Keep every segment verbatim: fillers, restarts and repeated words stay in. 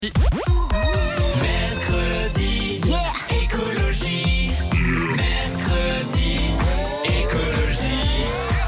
Mercredi, yeah. Écologie. Mercredi, écologie.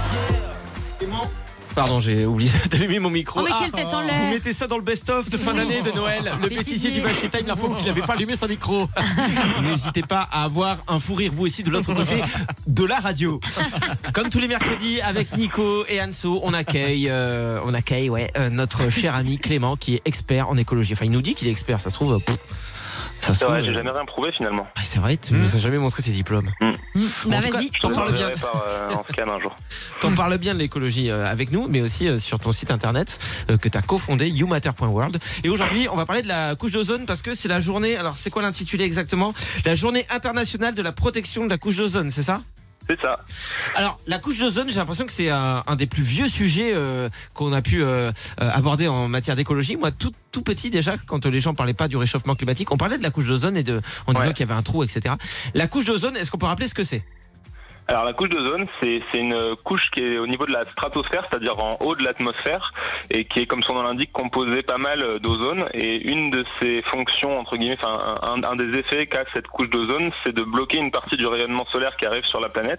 Yeah. Pardon, j'ai oublié d'allumer mon micro. Oh mais quelle tête en l'air. Vous mettez ça dans le best-of de fin d'année de Noël. Le pâtissier du Vacher Time, l'info qu'il n'avait pas allumé son micro. N'hésitez pas à avoir un fou rire, vous aussi, de l'autre côté de la radio. Comme tous les mercredis, avec Nico et Anso, on accueille, euh, on accueille ouais, euh, notre cher ami Clément, qui est expert en écologie. Enfin, il nous dit qu'il est expert, ça se trouve... Pff, ça se c'est trouve, vrai, j'ai euh... jamais rien prouvé finalement. Ah, c'est vrai, tu mmh. nous as jamais montré tes diplômes. Mmh. Bah en tout vas-y. cas, t'en parles bien. Par, euh, en scan un jour. T'en parles bien de l'écologie euh, avec nous, mais aussi euh, sur ton site internet euh, que t'as cofondé, you matter point world. Et aujourd'hui, on va parler de la couche d'ozone parce que c'est la journée. Alors, c'est quoi l'intitulé exactement ? La journée internationale de la protection de la couche d'ozone, c'est ça ? C'est ça. Alors, la couche d'ozone, j'ai l'impression que c'est un, un des plus vieux sujets euh, qu'on a pu euh, euh, aborder en matière d'écologie. Moi, tout, tout petit déjà, quand les gens parlaient pas du réchauffement climatique, on parlait de la couche d'ozone et de, en disant ouais. qu'il y avait un trou, et cetera. La couche d'ozone, est-ce qu'on peut rappeler ce que c'est ? Alors la couche d'ozone, c'est, c'est une couche qui est au niveau de la stratosphère, c'est-à-dire en haut de l'atmosphère, et qui est, comme son nom l'indique, composée pas mal d'ozone. Et une de ses fonctions, entre guillemets, enfin un, un des effets qu'a cette couche d'ozone, c'est de bloquer une partie du rayonnement solaire qui arrive sur la planète,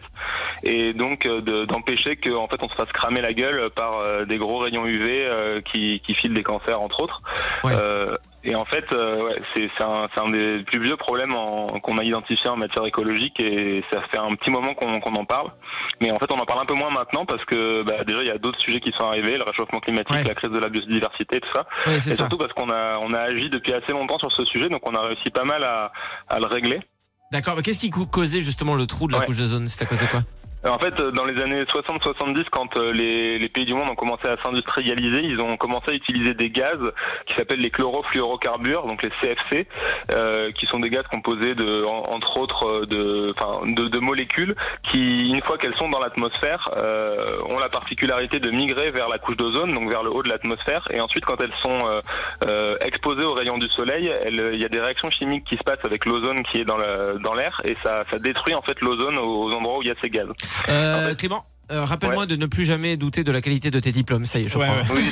et donc de, d'empêcher qu'en fait on se fasse cramer la gueule par euh, des gros rayons U V euh, qui, qui filent des cancers entre autres. Ouais. Euh, Et en fait, euh, ouais, c'est, c'est, un, c'est un des plus vieux problèmes en, qu'on a identifié en matière écologique et ça fait un petit moment qu'on, qu'on en parle. Mais en fait, on en parle un peu moins maintenant parce que bah, déjà, il y a d'autres sujets qui sont arrivés, le réchauffement climatique, ouais. la crise de la biodiversité, tout ça. Ouais, et ça. surtout parce qu'on a, on a agi depuis assez longtemps sur ce sujet, donc on a réussi pas mal à, à le régler. D'accord, mais qu'est-ce qui causait justement le trou de la ouais. couche d'ozone ? C'est à cause de quoi ? En fait, dans les années soixante soixante-dix, quand les, les pays du monde ont commencé à s'industrialiser, ils ont commencé à utiliser des gaz qui s'appellent les chlorofluorocarbures, donc les C F C, euh, qui sont des gaz composés de, entre autres, de, enfin, de, de molécules qui, une fois qu'elles sont dans l'atmosphère, euh, ont la particularité de migrer vers la couche d'ozone, donc vers le haut de l'atmosphère, et ensuite, quand elles sont euh, euh, exposées aux rayons du soleil, il y a des réactions chimiques qui se passent avec l'ozone qui est dans, le, dans l'air, et ça, ça détruit en fait l'ozone aux endroits où il y a ces gaz. Euh, en fait, Clément, euh, rappelle-moi ouais. de ne plus jamais douter de la qualité de tes diplômes. Ça y est, je ouais, crois. Ouais. Oui,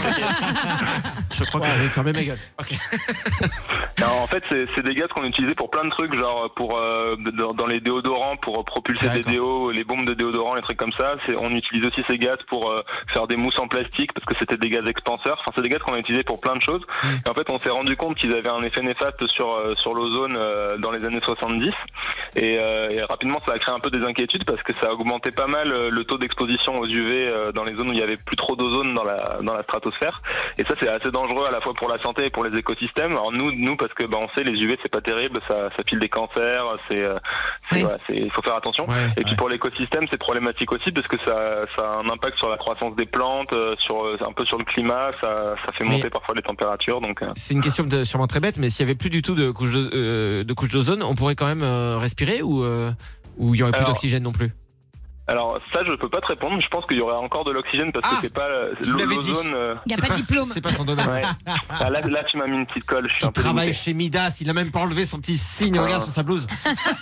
je crois ouais. que je vais fermer ma gueule. Okay. Alors, en fait, c'est, c'est des gaz qu'on utilisait pour plein de trucs, genre pour euh, dans, dans les déodorants, pour propulser D'accord. des déos, les bombes de déodorants, les trucs comme ça. C'est, on utilise aussi ces gaz pour euh, faire des mousses en plastique parce que c'était des gaz expanseurs. Enfin, c'est des gaz qu'on a utilisés pour plein de choses. Mmh. Et en fait, on s'est rendu compte qu'ils avaient un effet néfaste sur euh, sur l'ozone euh, dans les années soixante-dix. Et, euh, et rapidement, ça a créé un peu des inquiétudes parce que ça a augmenté pas mal euh, le taux d'exposition aux U V euh, dans les zones où il y avait plus trop d'ozone dans la dans la stratosphère. Et ça, c'est assez dangereux à la fois pour la santé et pour les écosystèmes. Alors nous, nous parce que bah, on sait les U V c'est pas terrible, ça ça file des cancers, c'est c'est oui. ouais, c'est il faut faire attention. Ouais, et ouais. puis pour l'écosystème, c'est problématique aussi parce que ça ça a un impact sur la croissance des plantes, sur un peu sur le climat, ça ça fait monter mais parfois les températures. Donc euh... c'est une question de, sûrement très bête, mais s'il y avait plus du tout de couche de, euh, de couche d'ozone, on pourrait quand même euh, respirer ou euh, ou il y aurait plus Alors, d'oxygène non plus? Alors ça je peux pas te répondre, je pense qu'il y aurait encore de l'oxygène parce ah, que c'est pas l'ozone. Il n'y a pas de diplôme. C'est pas son domaine. Ouais. Ah, là, là tu m'as mis une petite colle. Je suis il un peu travaille limité. Chez Midas, il a même pas enlevé son petit signe, ah. regarde sur sa blouse.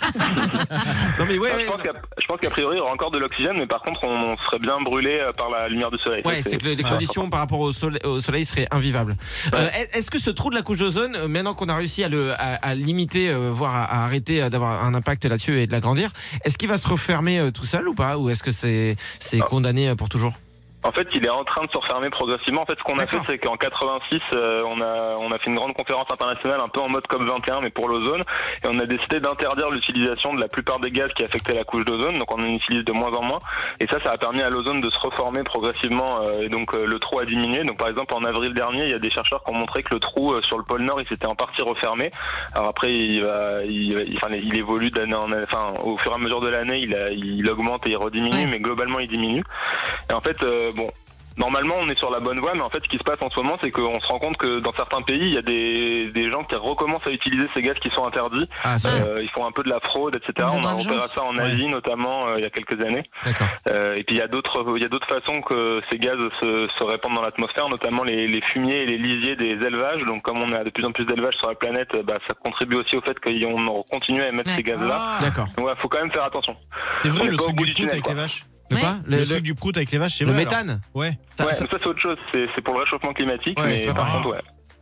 non mais ouais. Alors, je, pense qu'à, je pense qu'à priori il y aura encore de l'oxygène, mais par contre on, on serait bien brûlé par la lumière du soleil. Ouais, c'est, c'est que les conditions par rapport au soleil, au soleil seraient invivables. Ouais. Euh, est-ce que ce trou de la couche d'ozone, maintenant qu'on a réussi à le à, à limiter, euh, voire à, à arrêter d'avoir un impact là-dessus et de l'agrandir, est-ce qu'il va se refermer euh, tout seul ou pas, ou est-ce que c'est c'est ah. condamné pour toujours? En fait, il est en train de se refermer progressivement. En fait, ce qu'on D'accord. a fait, c'est qu'en quatre-vingt-six, euh, on a on a fait une grande conférence internationale, un peu en mode C O P vingt et un, mais pour l'ozone, et on a décidé d'interdire l'utilisation de la plupart des gaz qui affectaient la couche d'ozone. Donc, on en utilise de moins en moins, et ça, ça a permis à l'ozone de se reformer progressivement. Euh, et donc, euh, le trou a diminué. Donc, par exemple, en avril dernier, il y a des chercheurs qui ont montré que le trou euh, sur le pôle Nord, il s'était en partie refermé. Alors après, il va, il, il, enfin, il évolue d'année en année. Enfin, au fur et à mesure de l'année, il, a, il augmente et il rediminue, ouais. mais globalement, il diminue. Et en fait, euh, bon. Normalement, on est sur la bonne voie, mais en fait, ce qui se passe en ce moment, c'est qu'on se rend compte que dans certains pays, il y a des, des gens qui recommencent à utiliser ces gaz qui sont interdits. Ah, euh, ils font un peu de la fraude, et cetera. On a repéré ça en Asie, ouais. notamment, euh, il y a quelques années. Euh, et puis, il y a d'autres, il y a d'autres façons que ces gaz se, se répandent dans l'atmosphère, notamment les, les fumiers et les lisiers des élevages. Donc, comme on a de plus en plus d'élevages sur la planète, bah, ça contribue aussi au fait qu'on continue à émettre ouais. ces gaz-là. Ah. D'accord. Donc, il ouais, faut quand même faire attention. C'est vrai, le truc du prout avec les vaches. De quoi? Le, le truc du prout avec les vaches, c'est le vrai. Le méthane? Ouais. Ça, ouais, ça... mais ça c'est autre chose, c'est, c'est pour le réchauffement climatique, ouais, mais par contre, ouais.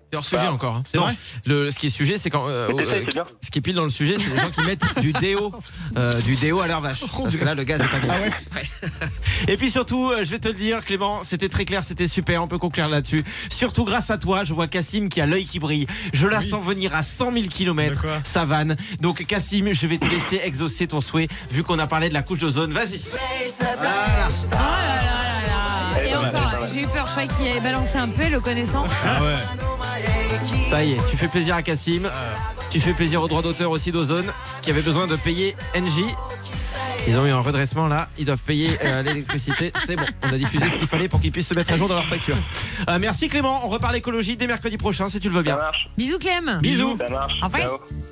C'est hors sujet Ah. encore. Hein. C'est vrai. Le, ce qui est sujet, c'est quand. Euh, Mais t'essayes, euh, c'est bien. ce qui est pile dans le sujet, c'est les gens qui mettent du déo, euh, du déo à leur vache. Parce que là, le gaz est pas bon. Ah ouais. Ouais. Et puis surtout, euh, je vais te le dire, Clément, c'était très clair, c'était super. On peut conclure là-dessus. Surtout grâce à toi, je vois Cassim qui a l'œil qui brille. Je la Oui. sens venir à cent mille kilomètres. De quoi Sa vanne. Donc Cassim, je vais te laisser exaucer ton souhait, vu qu'on a parlé de la couche d'ozone. Vas-y. Voilà. Oh là là là là. Et encore, j'ai eu peur, je croyais qu'il allait balancer un peu, le connaissant. Ah ouais. Ça y est, tu fais plaisir à Cassim. Tu fais plaisir aux droits d'auteur aussi d'Ozone, qui avait besoin de payer N J. Ils ont eu un redressement là, ils doivent payer euh, l'électricité. C'est bon, on a diffusé ce qu'il fallait pour qu'ils puissent se mettre à jour dans leur facture. Euh, merci Clément, on reparle écologie dès mercredi prochain si tu le veux Ça bien. marche. Bisous Clem. Bisous. Ça marche. Enfin. Ciao.